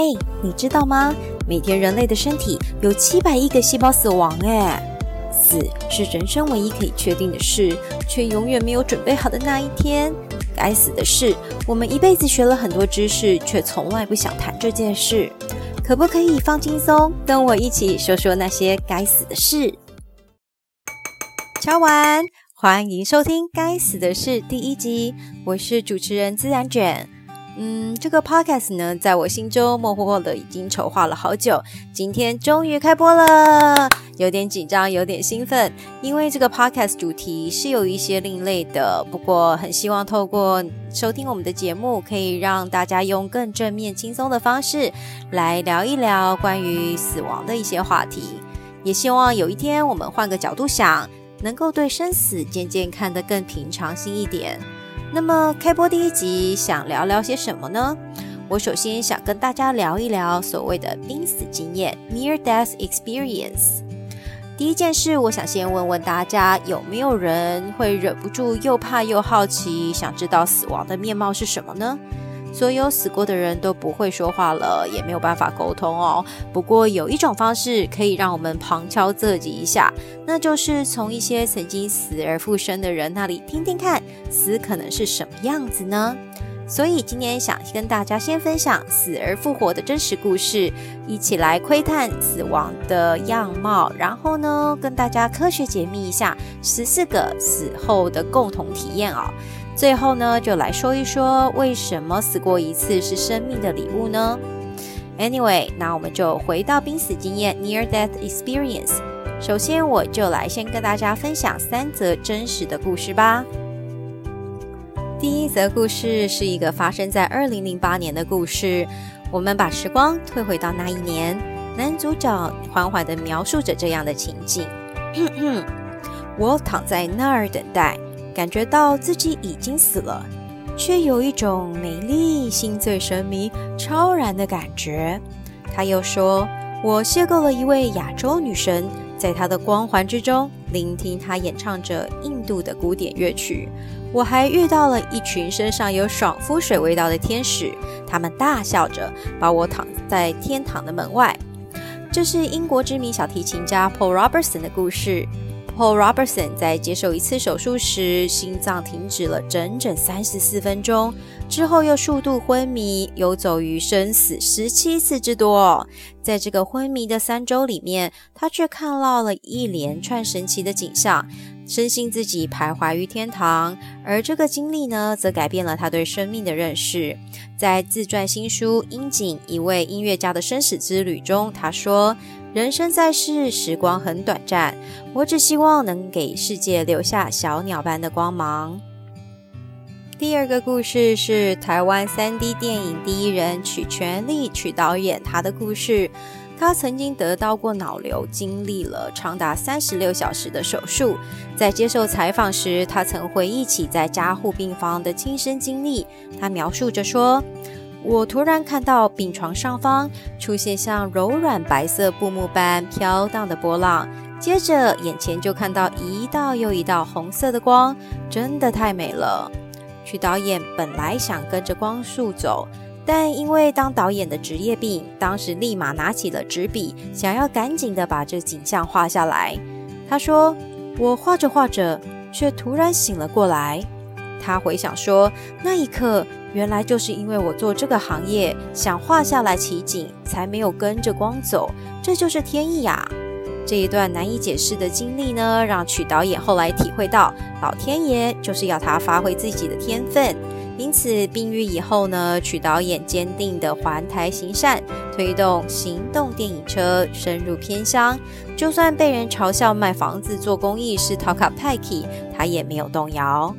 你知道吗？每天人类的身体有700亿个细胞死亡死是人生唯一可以确定的事，却永远没有准备好的那一天。该死的是，我们一辈子学了很多知识，却从来不想谈这件事。可不可以放轻松，跟我一起说说那些该死的事？敲完，欢迎收听《该死的事》第1集，我是主持人自然卷。这个 podcast 呢，在我心中默默的已经筹划了好久，今天终于开播了，有点紧张，有点兴奋，因为这个 podcast 主题是有一些另类的，不过很希望透过收听我们的节目，可以让大家用更正面轻松的方式来聊一聊关于死亡的一些话题，也希望有一天我们换个角度想，能够对生死渐渐看得更平常心一点。那么开播第1集想聊聊些什么呢？我首先想跟大家聊一聊所谓的濒死经验 Near Death Experience。 第一件事，我想先问问大家，有没有人会忍不住又怕又好奇，想知道死亡的面貌是什么呢？所有死过的人都不会说话了，也没有办法沟通哦。不过有一种方式可以让我们旁敲侧击一下，那就是从一些曾经死而复生的人那里听听看，死可能是什么样子呢？所以今天想跟大家先分享死而复活的真实故事，一起来窥探死亡的样貌，然后呢，跟大家科学解密一下14个死后的共同体验哦。最后呢，就来说一说为什么死过一次是生命的礼物呢？ Anyway， 那我们就回到濒死经验 Near Death Experience。 首先我就来先跟大家分享3则真实的故事吧。第一则故事是一个发生在2008年的故事，我们把时光退回到那一年，男主角缓缓地描述着这样的情景。我躺在那儿等待，感觉到自己已经死了，却有一种美丽、心醉神迷、超然的感觉。他又说，我邂逅了一位亚洲女神，在她的光环之中，聆听她演唱着印度的古典乐曲。我还遇到了一群身上有爽肤水味道的天使，他们大笑着把我躺在天堂的门外。这是英国知名小提琴家 Paul Robertson 的故事。Paul Robertson 在接受一次手术时，心脏停止了整整34分钟，之后又数度昏迷，游走于生死17次之多。在这个昏迷的3周里面，他却看到了一连串神奇的景象，深信自己徘徊于天堂。而这个经历呢，则改变了他对生命的认识。在自传新书《樱井：一位音乐家的生死之旅》中，他说，人生在世，时光很短暂，我只希望能给世界留下小鸟般的光芒。第二个故事是台湾3D 电影第一人曲全力曲导演他的故事。他曾经得到过脑瘤，经历了长达36小时的手术。在接受采访时，他曾回忆起在加护病房的亲身经历。他描述着说，我突然看到病床上方出现像柔软白色布幕般飘荡的波浪，接着眼前就看到一道又一道红色的光，真的太美了。曲导演本来想跟着光速走，但因为当导演的职业病，当时立马拿起了纸笔，想要赶紧的把这景象画下来。他说，我画着画着，却突然醒了过来。他回想说，那一刻原来就是因为我做这个行业，想画下来奇景，才没有跟着光走，这就是天意啊。这一段难以解释的经历呢，让曲导演后来体会到，老天爷就是要他发挥自己的天分。因此病愈以后呢，曲导演坚定地环台行善，推动行动电影车深入偏乡，就算被人嘲笑卖房子做公益是讨卡派克，他也没有动摇。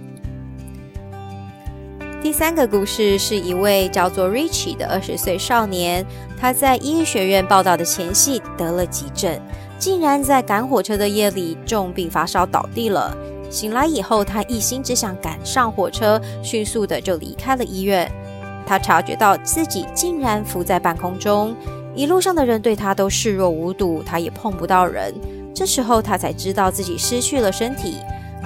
第3个故事是一位叫做 Richie 的20岁少年，他在医学院报道的前夕得了急症，竟然在赶火车的夜里重病发烧倒地了。醒来以后，他一心只想赶上火车，迅速的就离开了医院。他察觉到自己竟然浮在半空中，一路上的人对他都视若无睹，他也碰不到人。这时候他才知道自己失去了身体，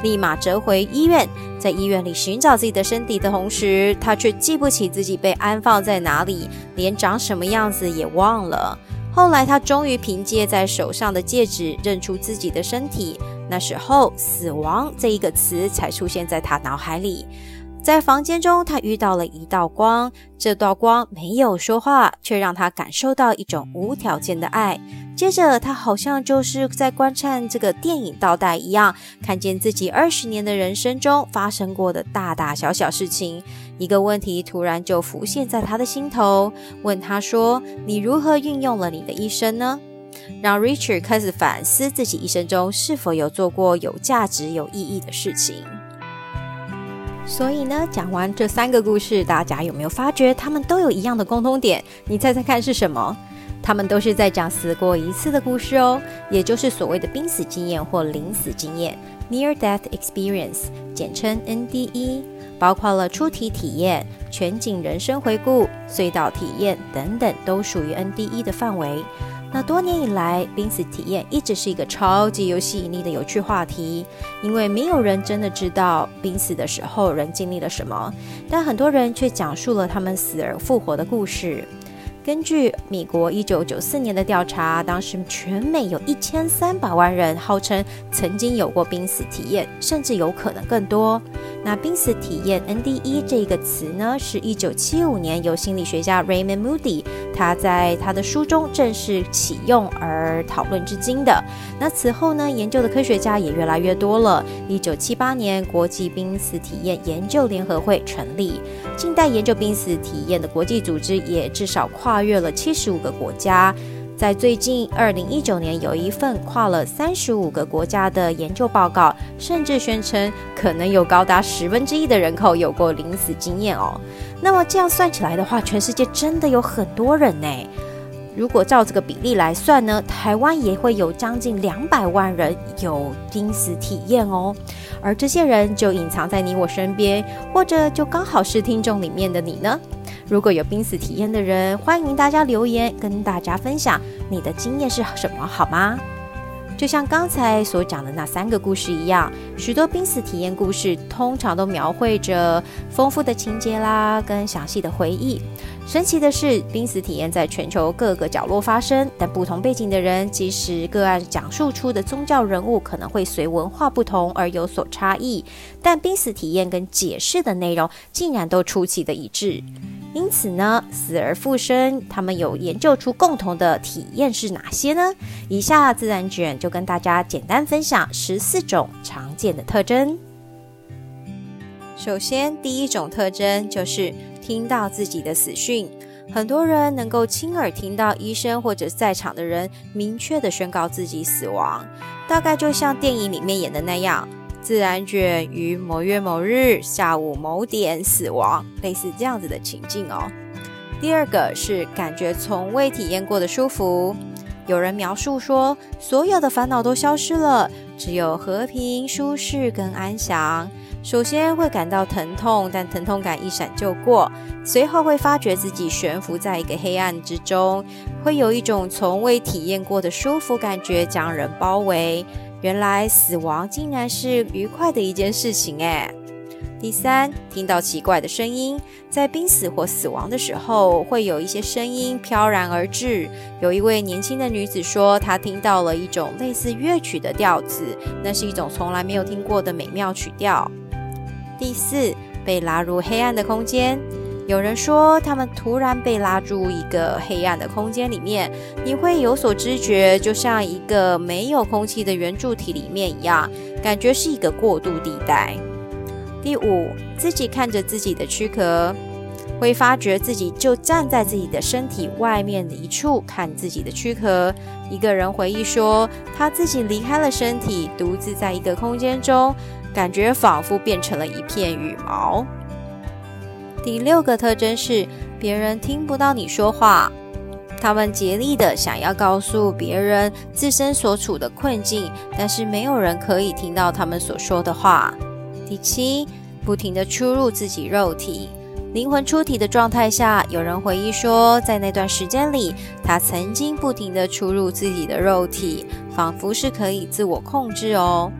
立马折回医院，在医院里寻找自己的身体的同时，他却记不起自己被安放在哪里，连长什么样子也忘了。后来他终于凭借在手上的戒指认出自己的身体，那时候死亡这一个词才出现在他脑海里。在房间中，他遇到了一道光，这道光没有说话，却让他感受到一种无条件的爱。接着他好像就是在观看这个电影倒带一样，看见自己20年的人生中发生过的大大小小事情。一个问题突然就浮现在他的心头，问他说，你如何运用了你的一生呢？让 Richard 开始反思自己一生中是否有做过有价值有意义的事情。所以呢，讲完这3个故事，大家有没有发觉他们都有一样的共通点？你猜猜看是什么？他们都是在讲死过一次的故事哦，也就是所谓的濒死经验或临死经验 Near Death Experience， 简称 NDE， 包括了出体体验、全景人生回顾、隧道体验等等，都属于 NDE 的范围。那多年以来，濒死体验一直是一个超级有吸引力的有趣话题，因为没有人真的知道濒死的时候人经历了什么，但很多人却讲述了他们死而复活的故事。根据美国1994年的调查，当时全美有1300万人号称曾经有过濒死体验，甚至有可能更多。那濒死体验 NDE 这个词呢，是1975年由心理学家 Raymond Moody 他在他的书中正式启用而讨论至今的。那此后呢，研究的科学家也越来越多了。1978年，国际濒死体验研究联合会成立，近代研究濒死体验的国际组织也至少跨越了75个国家。在最近2019年，有一份跨了35个国家的研究报告，甚至宣称可能有高达1/10的人口有过临死经验哦。那么这样算起来的话，全世界真的有很多人呢。如果照这个比例来算呢，台湾也会有将近200万人有濒死体验哦。而这些人就隐藏在你我身边，或者就刚好是听众里面的你呢。如果有濒死体验的人，欢迎大家留言跟大家分享你的经验是什么，好吗？就像刚才所讲的那3个故事一样，许多濒死体验故事通常都描绘着丰富的情节啦，跟详细的回忆。神奇的是，濒死体验在全球各个角落发生，但不同背景的人，即使个案讲述出的宗教人物可能会随文化不同而有所差异，但濒死体验跟解释的内容竟然都出奇的一致。因此呢，死而复生，他们有研究出共同的体验是哪些呢？以下自然卷就跟大家简单分享14种常见的特征。首先，第一种特征就是听到自己的死讯。很多人能够亲耳听到医生或者在场的人明确地宣告自己死亡，大概就像电影里面演的那样，自然卷于某月某日下午某点死亡，类似这样子的情境哦。第二个是感觉从未体验过的舒服。有人描述说，所有的烦恼都消失了，只有和平、舒适跟安详。首先会感到疼痛，但疼痛感一闪就过，随后会发觉自己悬浮在一个黑暗之中，会有一种从未体验过的舒服感觉将人包围。原来死亡竟然是愉快的一件事情耶。第三，听到奇怪的声音。在濒死或死亡的时候，会有一些声音飘然而至。有一位年轻的女子说，她听到了一种类似乐曲的调子，那是一种从来没有听过的美妙曲调。第四，被拉入黑暗的空间。有人说，他们突然被拉入一个黑暗的空间里面，你会有所知觉，就像一个没有空气的圆柱体里面一样，感觉是一个过渡地带。第五，自己看着自己的躯壳，会发觉自己就站在自己的身体外面的一处看自己的躯壳。一个人回忆说，他自己离开了身体，独自在一个空间中，感觉仿佛变成了一片羽毛。第六个特征是别人听不到你说话，他们竭力的想要告诉别人自身所处的困境，但是没有人可以听到他们所说的话。第七，不停的出入自己肉体。灵魂出体的状态下，有人回忆说，在那段时间里，他曾经不停的出入自己的肉体，仿佛是可以自我控制哦。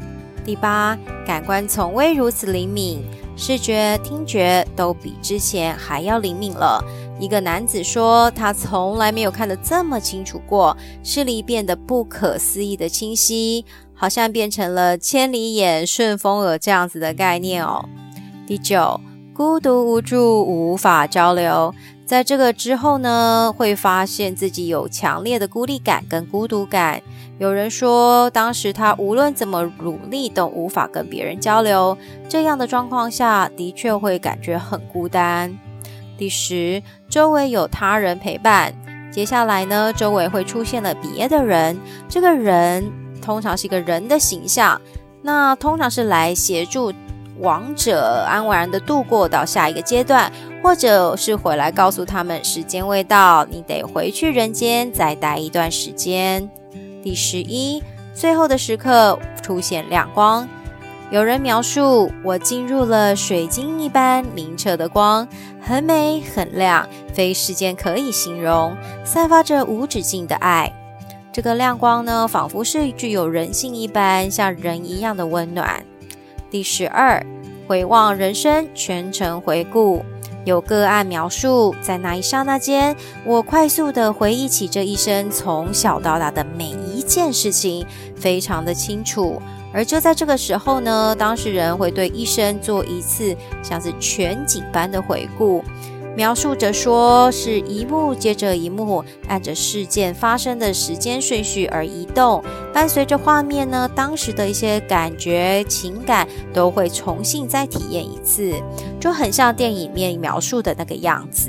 第八，感官从未如此灵敏，视觉、听觉都比之前还要灵敏了。一个男子说，他从来没有看得这么清楚过，视力变得不可思议的清晰，好像变成了千里眼、顺风耳这样子的概念哦。第九，孤独无助，无法交流。在这个之后呢，会发现自己有强烈的孤立感跟孤独感。有人说，当时他无论怎么努力都无法跟别人交流，这样的状况下的确会感觉很孤单。第十，周围有他人陪伴。接下来呢，周围会出现了别的人，这个人通常是一个人的形象，那通常是来协助亡者安然的度过到下一个阶段，或者是回来告诉他们时间未到，你得回去人间再待一段时间。第11，最后的时刻出现亮光。有人描述，我进入了水晶一般明澈的光，很美很亮，非时间可以形容，散发着无止境的爱。这个亮光呢，仿佛是具有人性一般，像人一样的温暖。第12，回望人生，全程回顾。有个案描述，在那一刹那间，我快速地回忆起这一生从小到大的每一件事情，非常的清楚。而就在这个时候呢，当事人会对一生做一次像是全景般的回顾，描述着说是一幕接着一幕，按着事件发生的时间顺序而移动，伴随着画面呢，当时的一些感觉情感都会重新再体验一次，就很像电影里面描述的那个样子。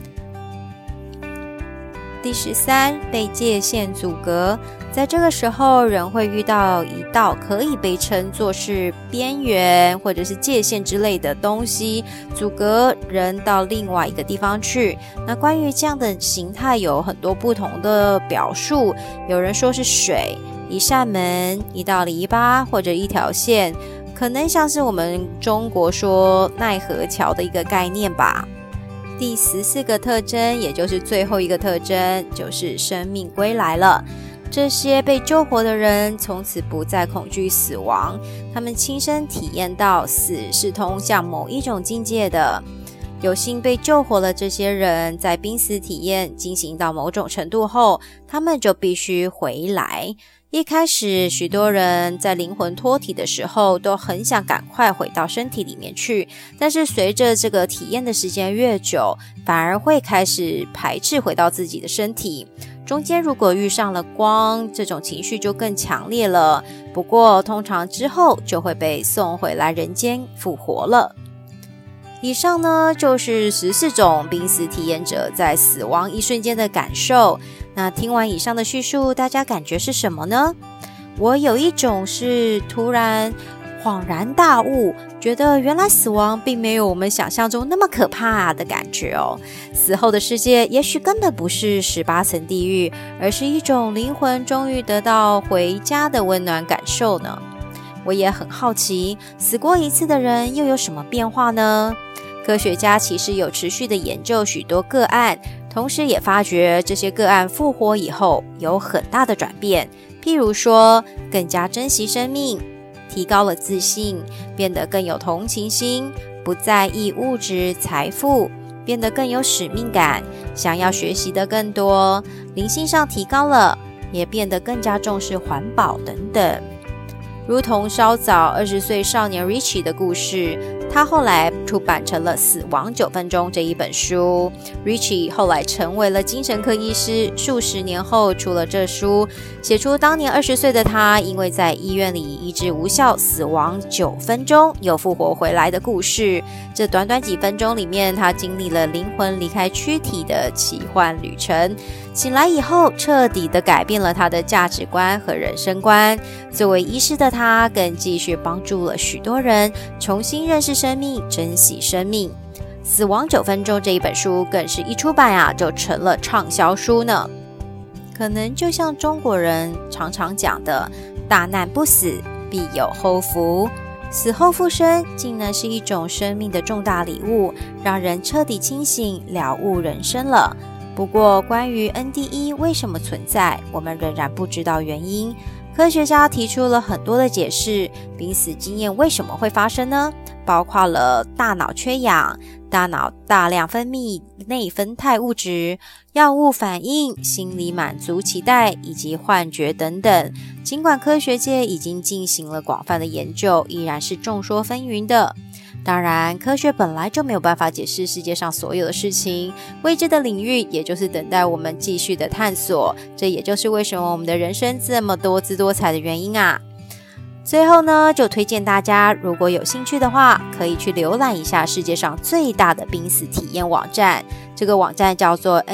第13，被界限阻隔。在这个时候，人会遇到一道可以被称作是边缘或者是界限之类的东西，阻隔人到另外一个地方去。那关于这样的形态有很多不同的表述，有人说是水、一扇门、一道篱笆或者一条线，可能像是我们中国说奈何桥的一个概念吧。第14个特征，也就是最后一个特征，就是生命归来了。这些被救活的人从此不再恐惧死亡，他们亲身体验到死是通向某一种境界的。有幸被救活了这些人，在濒死体验进行到某种程度后，他们就必须回来。一开始，许多人在灵魂脱体的时候都很想赶快回到身体里面去，但是随着这个体验的时间越久，反而会开始排斥回到自己的身体。中间如果遇上了光，这种情绪就更强烈了，不过通常之后就会被送回来人间复活了。以上呢，就是14种濒死体验者在死亡一瞬间的感受。那听完以上的叙述，大家感觉是什么呢？我有一种是突然恍然大悟，觉得原来死亡并没有我们想象中那么可怕的感觉哦。死后的世界也许根本不是18层地狱，而是一种灵魂终于得到回家的温暖感受呢。我也很好奇，死过一次的人又有什么变化呢？科学家其实有持续的研究许多个案，同时也发觉这些个案复活以后有很大的转变，譬如说更加珍惜生命，提高了自信，变得更有同情心，不在意物质财富，变得更有使命感，想要学习的更多，灵性上提高了，也变得更加重视环保等等。如同稍早20岁少年 Richie 的故事，他后来出版成了《死亡9分钟》这一本书。Richie 后来成为了精神科医师，数十年后出了这书，写出当年20岁的他因为在医院里医治无效，死亡9分钟又复活回来的故事。这短短几分钟里面，他经历了灵魂离开躯体的奇幻旅程，醒来以后彻底的改变了他的价值观和人生观。作为医师的他，更继续帮助了许多人重新认识生命，珍惜生命。死亡9分钟这一本书更是一出版就成了畅销书呢。可能就像中国人常常讲的，大难不死，必有后福。死后复生竟然是一种生命的重大礼物，让人彻底清醒，了悟人生了。不过关于 NDE 为什么存在，我们仍然不知道原因。 科学家提出了很多的解释，濒死经验为什么会发生呢？包括了大脑缺氧、大脑大量分泌内啡肽物质、药物反应、心理满足期待以及幻觉等等。尽管科学界已经进行了广泛的研究，依然是众说纷纭的。当然，科学本来就没有办法解释世界上所有的事情，未知的领域也就是等待我们继续的探索，这也就是为什么我们的人生这么多姿多彩的原因啊。最后呢，就推荐大家如果有兴趣的话，可以去浏览一下世界上最大的濒死体验网站，这个网站叫做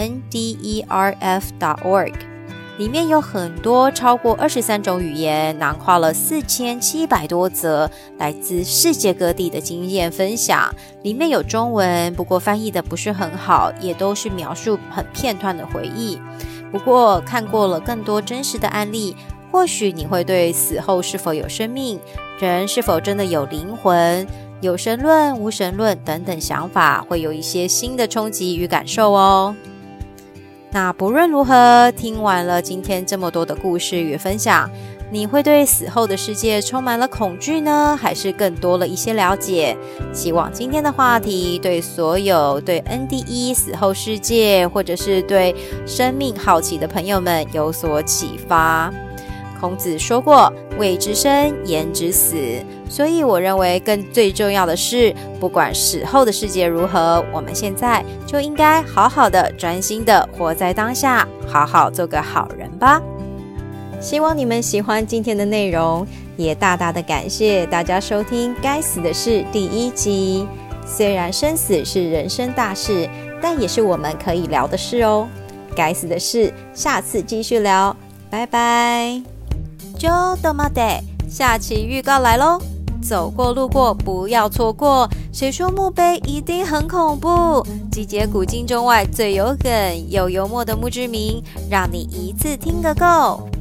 NDERF.org， 里面有很多超过23种语言，囊括了4700多则来自世界各地的经验分享，里面有中文，不过翻译的不是很好，也都是描述很片段的回忆。不过看过了更多真实的案例，或许你会对死后是否有生命、人是否真的有灵魂、有神论、无神论等等想法，会有一些新的冲击与感受哦。那不论如何，听完了今天这么多的故事与分享，你会对死后的世界充满了恐惧呢，还是更多了一些了解？希望今天的话题对所有对 NDE 死后世界，或者是对生命好奇的朋友们有所启发。孔子说过，未知生，焉知死，所以我认为最重要的是，不管死后的世界如何，我们现在就应该好好的专心的活在当下，好好做个好人吧。希望你们喜欢今天的内容，也大大的感谢大家收听该死的事第1集。虽然生死是人生大事，但也是我们可以聊的事哦。该死的事，下次继续聊，拜拜。就的嘛得，下期预告来咯，走过路过不要错过。谁说墓碑一定很恐怖？集结古今中外最有梗又幽默的墓志铭，让你一次听个够。